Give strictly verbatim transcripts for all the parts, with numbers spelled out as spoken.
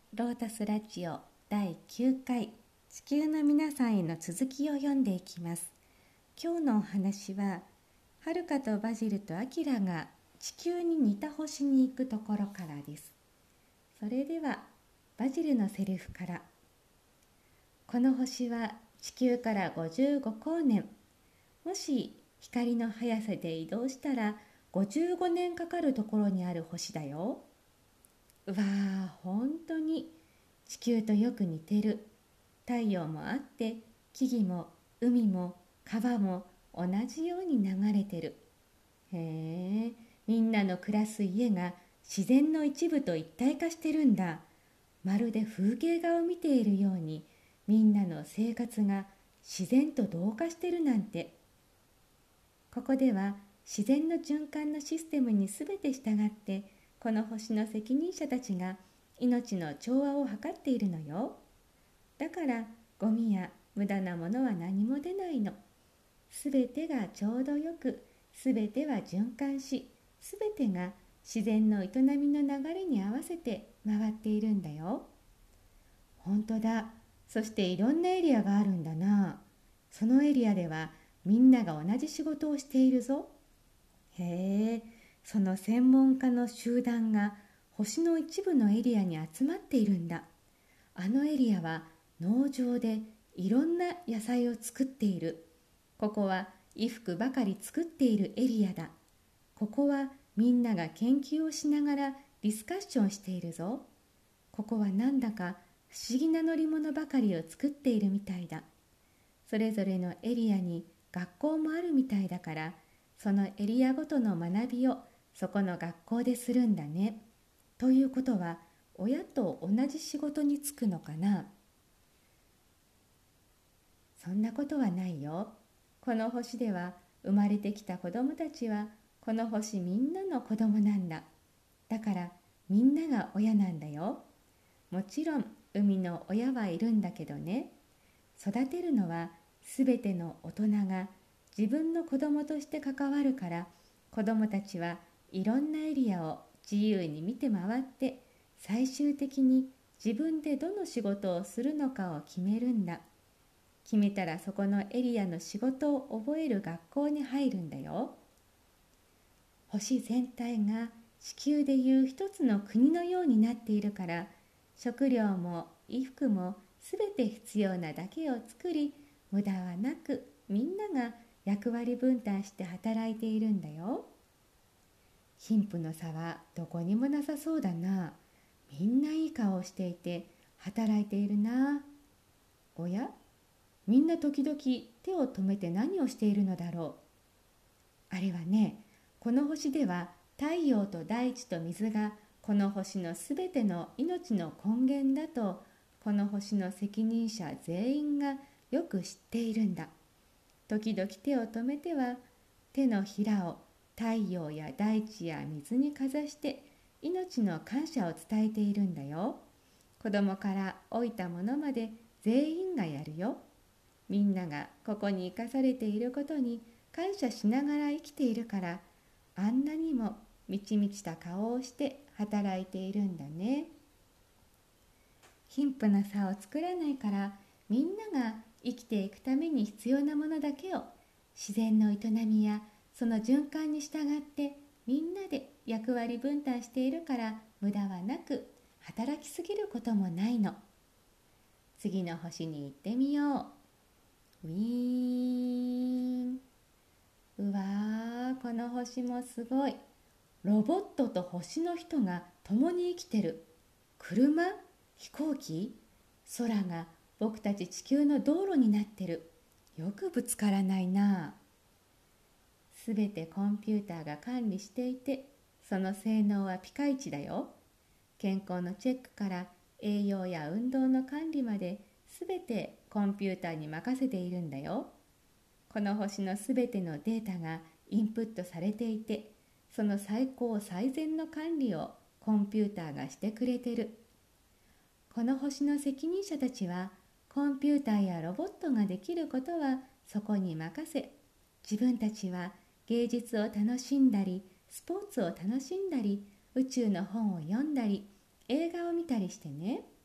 ロータスラジオだいきゅうかい、地球の皆さんへの続きを読んでいきます。今日のお話は、はるかとバジルとアキラが地球に似た星に行くところからです。それではバジルのセリフから。この星は地球からごじゅうごこうねん、もし光の速さで移動したらごじゅうごねんかかるところにある星だよ。うわー、本当に地球とよく似てる。太陽もあって木々も海も川も同じように流れてる。へえ、みんなの暮らす家が自然の一部と一体化してるんだ。まるで風景画を見ているように、みんなの生活が自然と同化してるなんて。ここでは自然の循環のシステムにすべて従って、この星の責任者たちが命の調和を図っているのよ。だからゴミや無駄なものは何も出ないの。すべてがちょうどよく、すべては循環し、すべてが自然の営みの流れに合わせて回っているんだよ。本当だ。そしていろんなエリアがあるんだな。そのエリアではみんなが同じ仕事をしているぞ。へえ、その専門家の集団が星の一部のエリアに集まっているんだ。あのエリアは農場でいろんな野菜を作っている。ここは衣服ばかり作っているエリアだ。ここはみんなが研究をしながらディスカッションしているぞ。ここはなんだか不思議な乗り物ばかりを作っているみたいだ。それぞれのエリアに学校もあるみたいだから、そのエリアごとの学びをそこの学校でするんだね。ということは、親と同じ仕事に就くのかな。そんなことはないよ。この星では生まれてきた子供たちはこの星みんなの子供なんだ。だからみんなが親なんだよ。もちろん海の親はいるんだけどね。育てるのはすべての大人が自分の子供として関わるから、子供たちはいろんなエリアを自由に見て回って、最終的に自分でどの仕事をするのかを決めるんだ。決めたらそこのエリアの仕事を覚える学校に入るんだよ。星全体が地球でいう一つの国のようになっているから、食料も衣服もすべて必要なだけを作り、無駄はなくみんなが役割分担して働いているんだよ。貧富の差はどこにもなさそうだな。みんないい顔をしていて働いているな。おや、みんな時々手を止めて何をしているのだろう。あれはね、この星では太陽と大地と水がこの星のすべての命の根源だと、この星の責任者全員がよく知っているんだ。時々手を止めては、手のひらを太陽や大地や水にかざして命の感謝を伝えているんだよ。子供から老いた者まで全員がやるよ。みんながここに生かされていることに感謝しながら生きているから、あんなにも満ち満ちた顔をして働いているんだね。貧富の差を作らないから、みんなが生きていくために必要なものだけを自然の営みやその循環に従ってみんなで役割分担しているから、無駄はなく働きすぎることもないの。次の星に行ってみよう。ウィーン。うわー、この星もすごい。ロボットと星の人が共に生きてる。車？飛行機？空が僕たち地球の道路になってる。よくぶつからないな。すべてコンピューターが管理していて、その性能はピカイチだよ。健康のチェックから栄養や運動の管理まで、すべてコンピューターに任せているんだよ。この星のすべてのデータがインプットされていて、その最高最善の管理をコンピューターがしてくれてる。この星の責任者たちは、コンピューターやロボットができることはそこに任せ、自分たちは芸術を楽しんだり、スポーツを楽しんだり、宇宙の本を読んだり、映画を見たりしてね。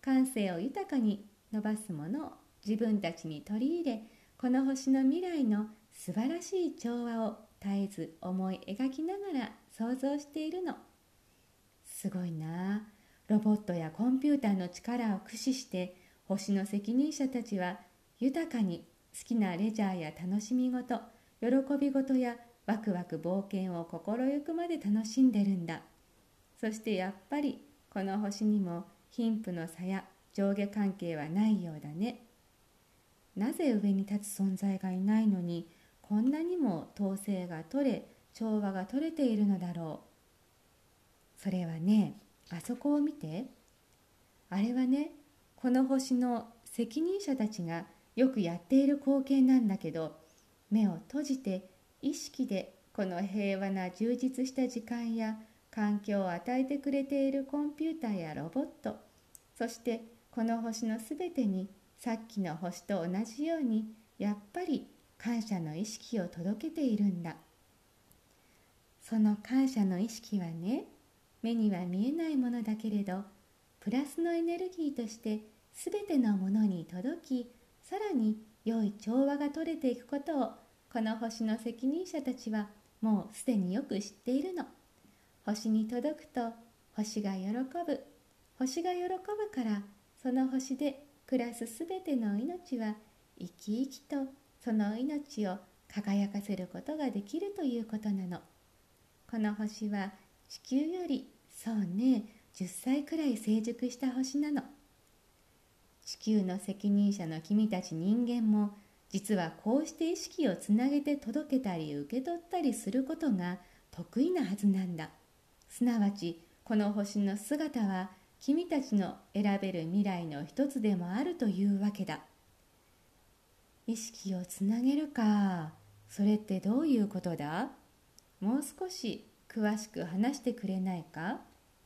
感性を豊かに伸ばすものを自分たちに取り入れ、この星の未来の素晴らしい調和を絶えず思い描きながら想像しているの。すごいな。ロボットやコンピューターの力を駆使して星の責任者たちは豊かに好きなレジャーや楽しみ事、喜び事やワクワク冒険を心ゆくまで楽しんでるんだ。そしてやっぱりこの星にも貧富の差や上下関係はないようだね。なぜ上に立つ存在がいないのにこんなにも統制が取れ、調和が取れているのだろう。それはね、あそこを見て。あれはね、この星の責任者たちがよくやっている光景なんだけど、目を閉じて意識でこの平和な充実した時間や環境を与えてくれているコンピューターやロボット、そしてこの星のすべてにさっきの星と同じようにやっぱり感謝の意識を届けているんだ。その感謝の意識はね、目には見えないものだけれど、プラスのエネルギーとしてすべてのものに届き、さらに良い調和が取れていくことをこの星の責任者たちはもうすでによく知っているの。星に届くと星が喜ぶ。星が喜ぶからその星で暮らすすべての命は生き生きとその命を輝かせることができるということなの。この星は地球よりそうねじゅっさいくらい成熟した星なの。地球の責任者の君たち人間も実はこうして意識をつなげて届けたり受け取ったりすることが得意なはずなんだ。すなわちこの星の姿は君たちの選べる未来の一つでもあるというわけだ。意識をつなげるか。それってどういうことだ？もう少し詳しく話してくれないか？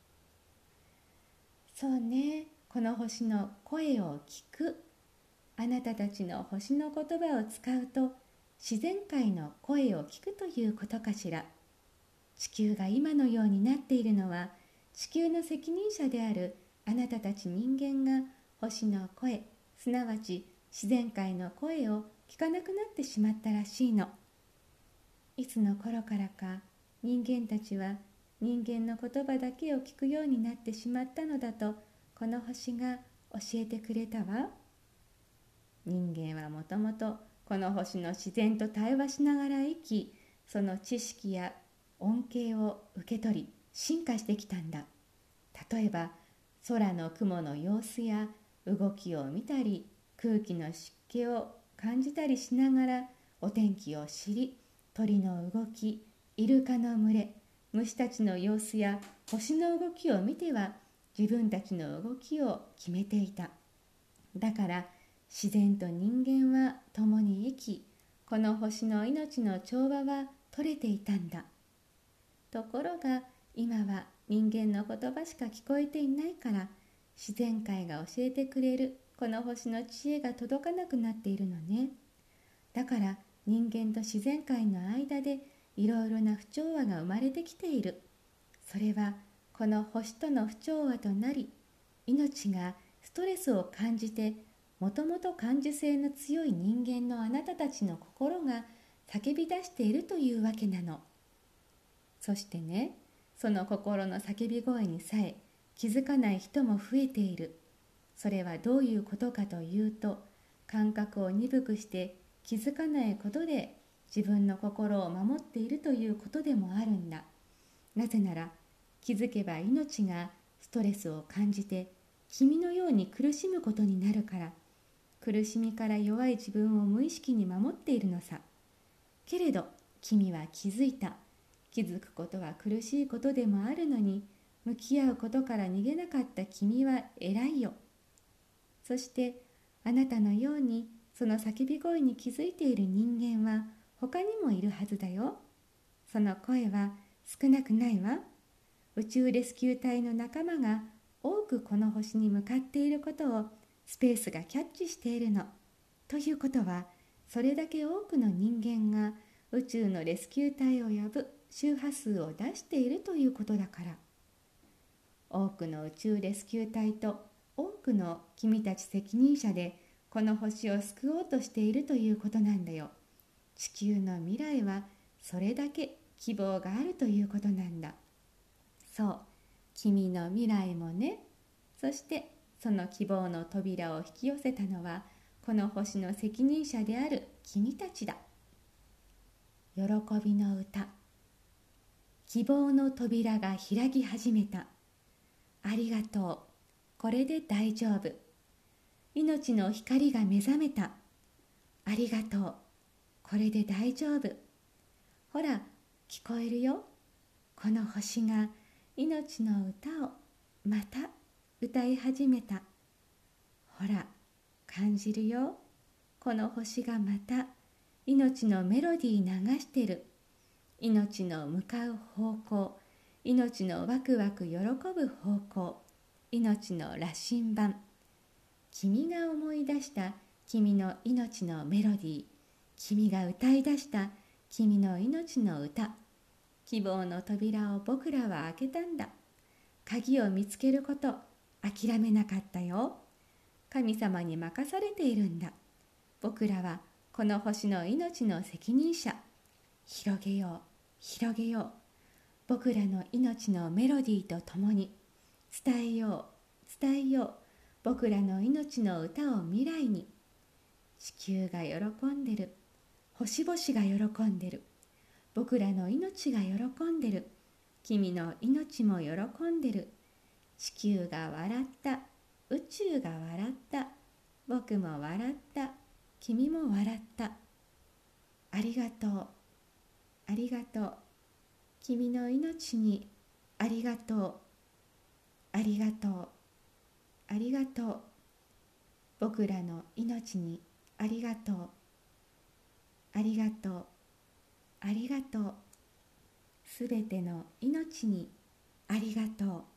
そうね、この星の声を聞く。あなたたちの星の言葉を使うと自然界の声を聞くということかしら。地球が今のようになっているのは地球の責任者であるあなたたち人間が星の声、すなわち自然界の声を聞かなくなってしまったらしいの。いつの頃からか人間たちは人間の言葉だけを聞くようになってしまったのだとこの星が教えてくれたわ。人間はもともとこの星の自然と対話しながら生き、その知識や恩恵を受け取り進化してきたんだ。例えば空の雲の様子や動きを見たり、空気の湿気を感じたりしながらお天気を知り、鳥の動き、イルカの群れ、虫たちの様子や星の動きを見ては自分たちの動きを決めていた。だから自然と人間は共に生き、この星の命の調和は取れていたんだ。ところが今は人間の言葉しか聞こえていないから、自然界が教えてくれるこの星の知恵が届かなくなっているのね。だから人間と自然界の間でいろいろな不調和が生まれてきている。それはこの星との不調和となり、命がストレスを感じて、もともと感受性の強い人間のあなたたちの心が叫び出しているというわけなの。そしてね、その心の叫び声にさえ気づかない人も増えている。それはどういうことかというと、感覚を鈍くして気づかないことで自分の心を守っているということでもあるんだ。なぜなら気づけば命がストレスを感じて君のように苦しむことになるから、苦しみから弱い自分を無意識に守っているのさ。けれど君は気づいた。気づくことは苦しいことでもあるのに、向き合うことから逃げなかった君は偉いよ。そしてあなたのようにその叫び声に気づいている人間は他にもいるはずだよ。その声は少なくないわ。宇宙レスキュー隊の仲間が多くこの星に向かっていることをスペースがキャッチしているの。ということは、それだけ多くの人間が宇宙のレスキュー隊を呼ぶ周波数を出しているということだから。多くの宇宙レスキュー隊と多くの君たち責任者でこの星を救おうとしているということなんだよ。地球の未来はそれだけ希望があるということなんだ。そう、君の未来もね。そしてその希望の扉を引き寄せたのはこの星の責任者である君たちだ。喜びの歌。希望の扉が開き始めた。ありがとう。これで大丈夫。命の光が目覚めた。ありがとう。これで大丈夫。ほら、聞こえるよ。この星が命の歌をまた歌い始めた。ほら、感じるよ。この星がまた命のメロディー流してる。命の向かう方向、命のワクワク喜ぶ方向、命の羅針盤。君が思い出した君の命のメロディー、君が歌い出した君の命の歌。希望の扉を僕らは開けたんだ。鍵を見つけること、諦めなかったよ。神様に任されているんだ。僕らはこの星の命の責任者。広げよう、広げよう。僕らの命のメロディーとともに伝えよう、伝えよう。僕らの命の歌を未来に。地球が喜んでる。星々が喜んでる。僕らの命が喜んでる。君の命も喜んでる。地球が笑った。宇宙が笑った。僕も笑った。君も笑った。ありがとう。ありがとう。君の命にありがとう。ありがとう。ありがとう。僕らの命にありがとう。ありがとう。ありがとう。すべての命にありがとう。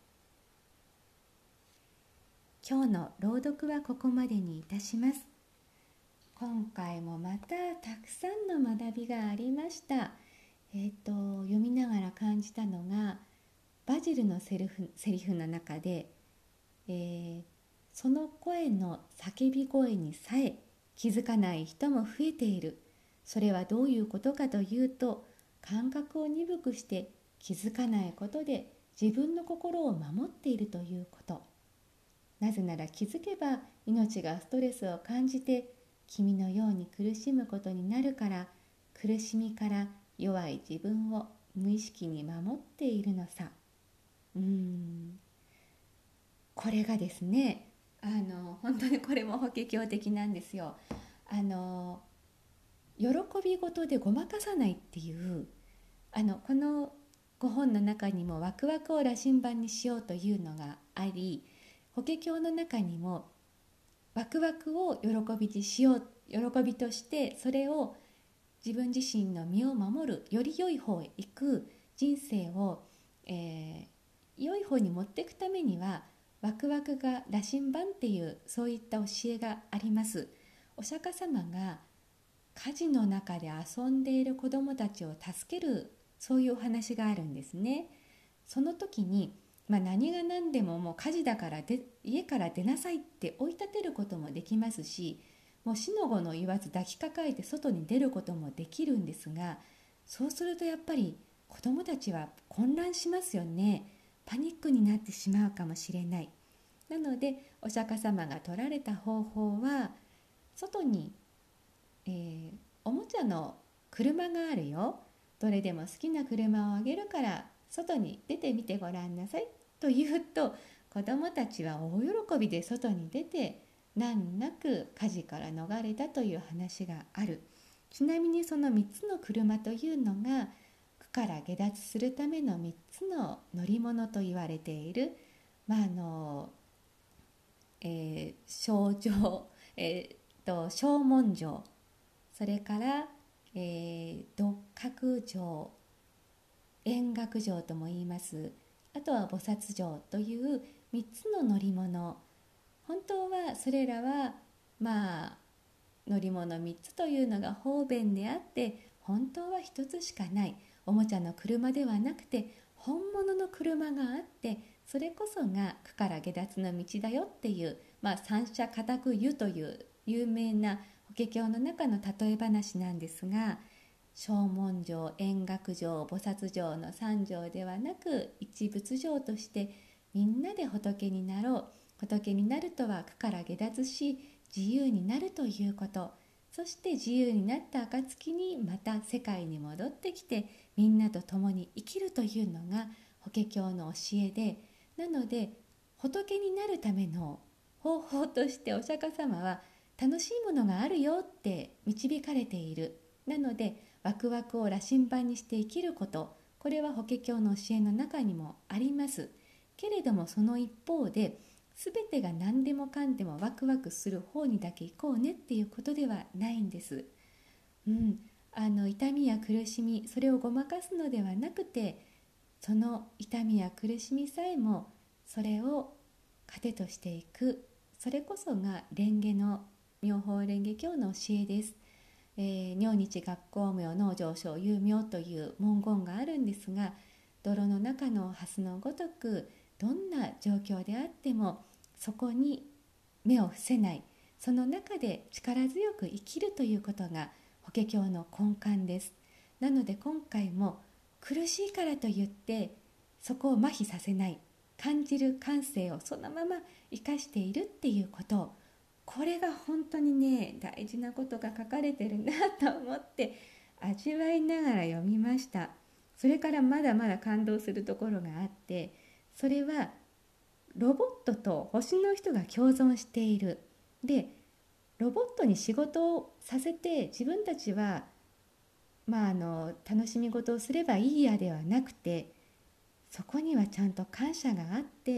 今日の朗読はここまでにいたします。今回もまたたくさんの学びがありました。えっと、読みながら感じたのが、バジルのセリフ、セリフの中で、えー、その声の叫び声にさえ気づかない人も増えている。それはどういうことかというと、感覚を鈍くして気づかないことで自分の心を守っているということ。なぜなら気づけば命がストレスを感じて君のように苦しむことになるから、苦しみから弱い自分を無意識に守っているのさ。うーんこれがですね、あの本当にこれも法華経的なんですよ。あの喜び事でごまかさないっていう、あのこのご本の中にもワクワクを羅針盤にしようというのがあり、法華経の中にもワクワクを喜びにしよう、喜びとしてそれを自分自身の身を守る、より良い方へ行く人生を、えー、良い方に持っていくためにはワクワクが羅針盤っていう、そういった教えがあります。お釈迦様が火事の中で遊んでいる子どもたちを助ける、そういうお話があるんですね。その時に、まあ、何が何でももう火事だからで家から出なさいって追い立てることもできますし、もう死の子の言わず抱きかかえて外に出ることもできるんですが、そうするとやっぱり子どもたちは混乱しますよね。パニックになってしまうかもしれない。なのでお釈迦様が取られた方法は、外に、えー、おもちゃの車があるよ、どれでも好きな車をあげるから外に出てみてごらんなさいと言うと、子どもたちは大喜びで外に出て難なく火事から逃れたという話がある。ちなみにそのみっつの車というのが苦から下脱するためのみっつの乗り物と言われている、まああのえー、症状、えー、と小文状、それから、えー、独覚状、円覚状とも言います。あとは菩薩状というみっつの乗り物。本当はそれらはまあ乗り物みっつというのが方便であって、本当はひとつしかないおもちゃの車ではなくて本物の車があって、 それこそが苦から下脱の道だよっていう、まあ、三者固く湯という有名な法華経の中の例え話なんですが、声聞乗、円覚乗、菩薩乗の三乗ではなく、一仏乗としてみんなで仏になろう。仏になるとは苦から下脱し自由になるということ。そして自由になった暁にまた世界に戻ってきてみんなと共に生きるというのが法華経の教えで、なので仏になるための方法としてお釈迦様は楽しいものがあるよって導かれている。なのでワクワクを羅針盤にして生きること、これは法華経の教えの中にもありますけれども、その一方で全てが何でもかんでもワクワクする方にだけ行こうねっていうことではないんです。うん、あの痛みや苦しみ、それをごまかすのではなくて、その痛みや苦しみさえもそれを糧としていく、それこそが蓮華の妙法蓮華経の教えです。えー、如日学光明能上昇有明という文言があるんですが、泥の中の蓮のごとくどんな状況であってもそこに目を伏せない、その中で力強く生きるということが法華経の根幹です。なので今回も苦しいからといってそこを麻痺させない、感じる感性をそのまま生かしているっていうこと、これが本当にね大事なことが書かれてるなと思って味わいながら読みました。それからまだまだ感動するところがあって、それはロボットと星の人が共存している。でロボットに仕事をさせて自分たちはまあ、あの楽しみ事をすればいいやではなくて、そこにはちゃんと感謝があって、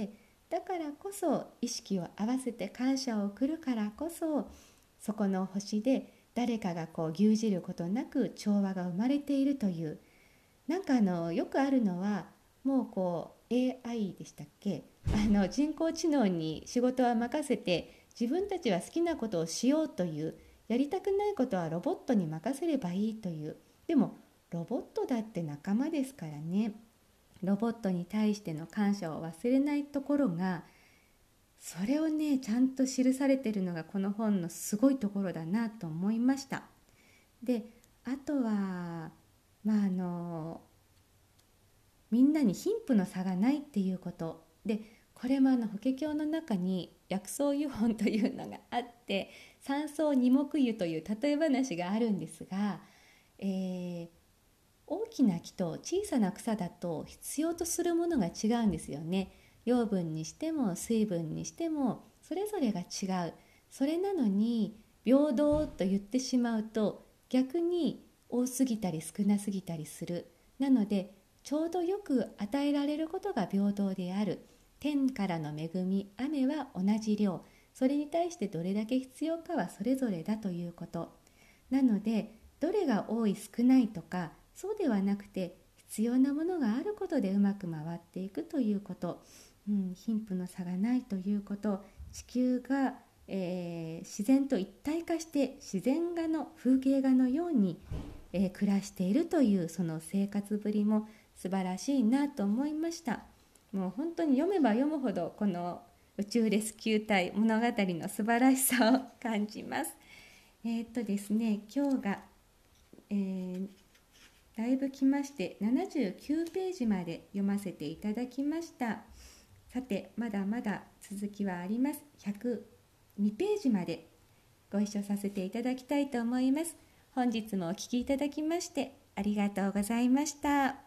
だからこそ意識を合わせて感謝を送るからこそ、そこの星で誰かがこう牛耳ることなく調和が生まれているという、なんかあのよくあるのはもうこう エーアイ でしたっけ、あの人工知能に仕事は任せて自分たちは好きなことをしようという、やりたくないことはロボットに任せればいいという。でもロボットだって仲間ですからね。ロボットに対しての感謝を忘れないところが、それをねちゃんと記されているのがこの本のすごいところだなと思いました。であとはまああのみんなに貧富の差がないっていうことで、これもあの法華経の中に薬草湯本というのがあって、三草二木湯という例え話があるんですが、えー、大きな木と小さな草だと必要とするものが違うんですよね。養分にしても水分にしてもそれぞれが違う。それなのに平等と言ってしまうと逆に多すぎたり少なすぎたりする。なのでちょうどよく与えられることが平等である。天からの恵み、雨は同じ量、それに対してどれだけ必要かはそれぞれだということ。なのでどれが多い少ないとかそうではなくて、必要なものがあることでうまく回っていくということ、うん、貧富の差がないということ、地球が、えー、自然と一体化して自然画の風景画のように、えー、暮らしているというその生活ぶりも素晴らしいなと思いました。もう本当に読めば読むほどこの宇宙レスキュー隊物語の素晴らしさを感じます。えー、っとですね今日が、えー、だいぶ来ましてななじゅうきゅうページまで読ませていただきました。さてまだまだ続きはあります。ひゃくにページまでご一緒させていただきたいと思います。本日もお聞きいただきましてありがとうございました。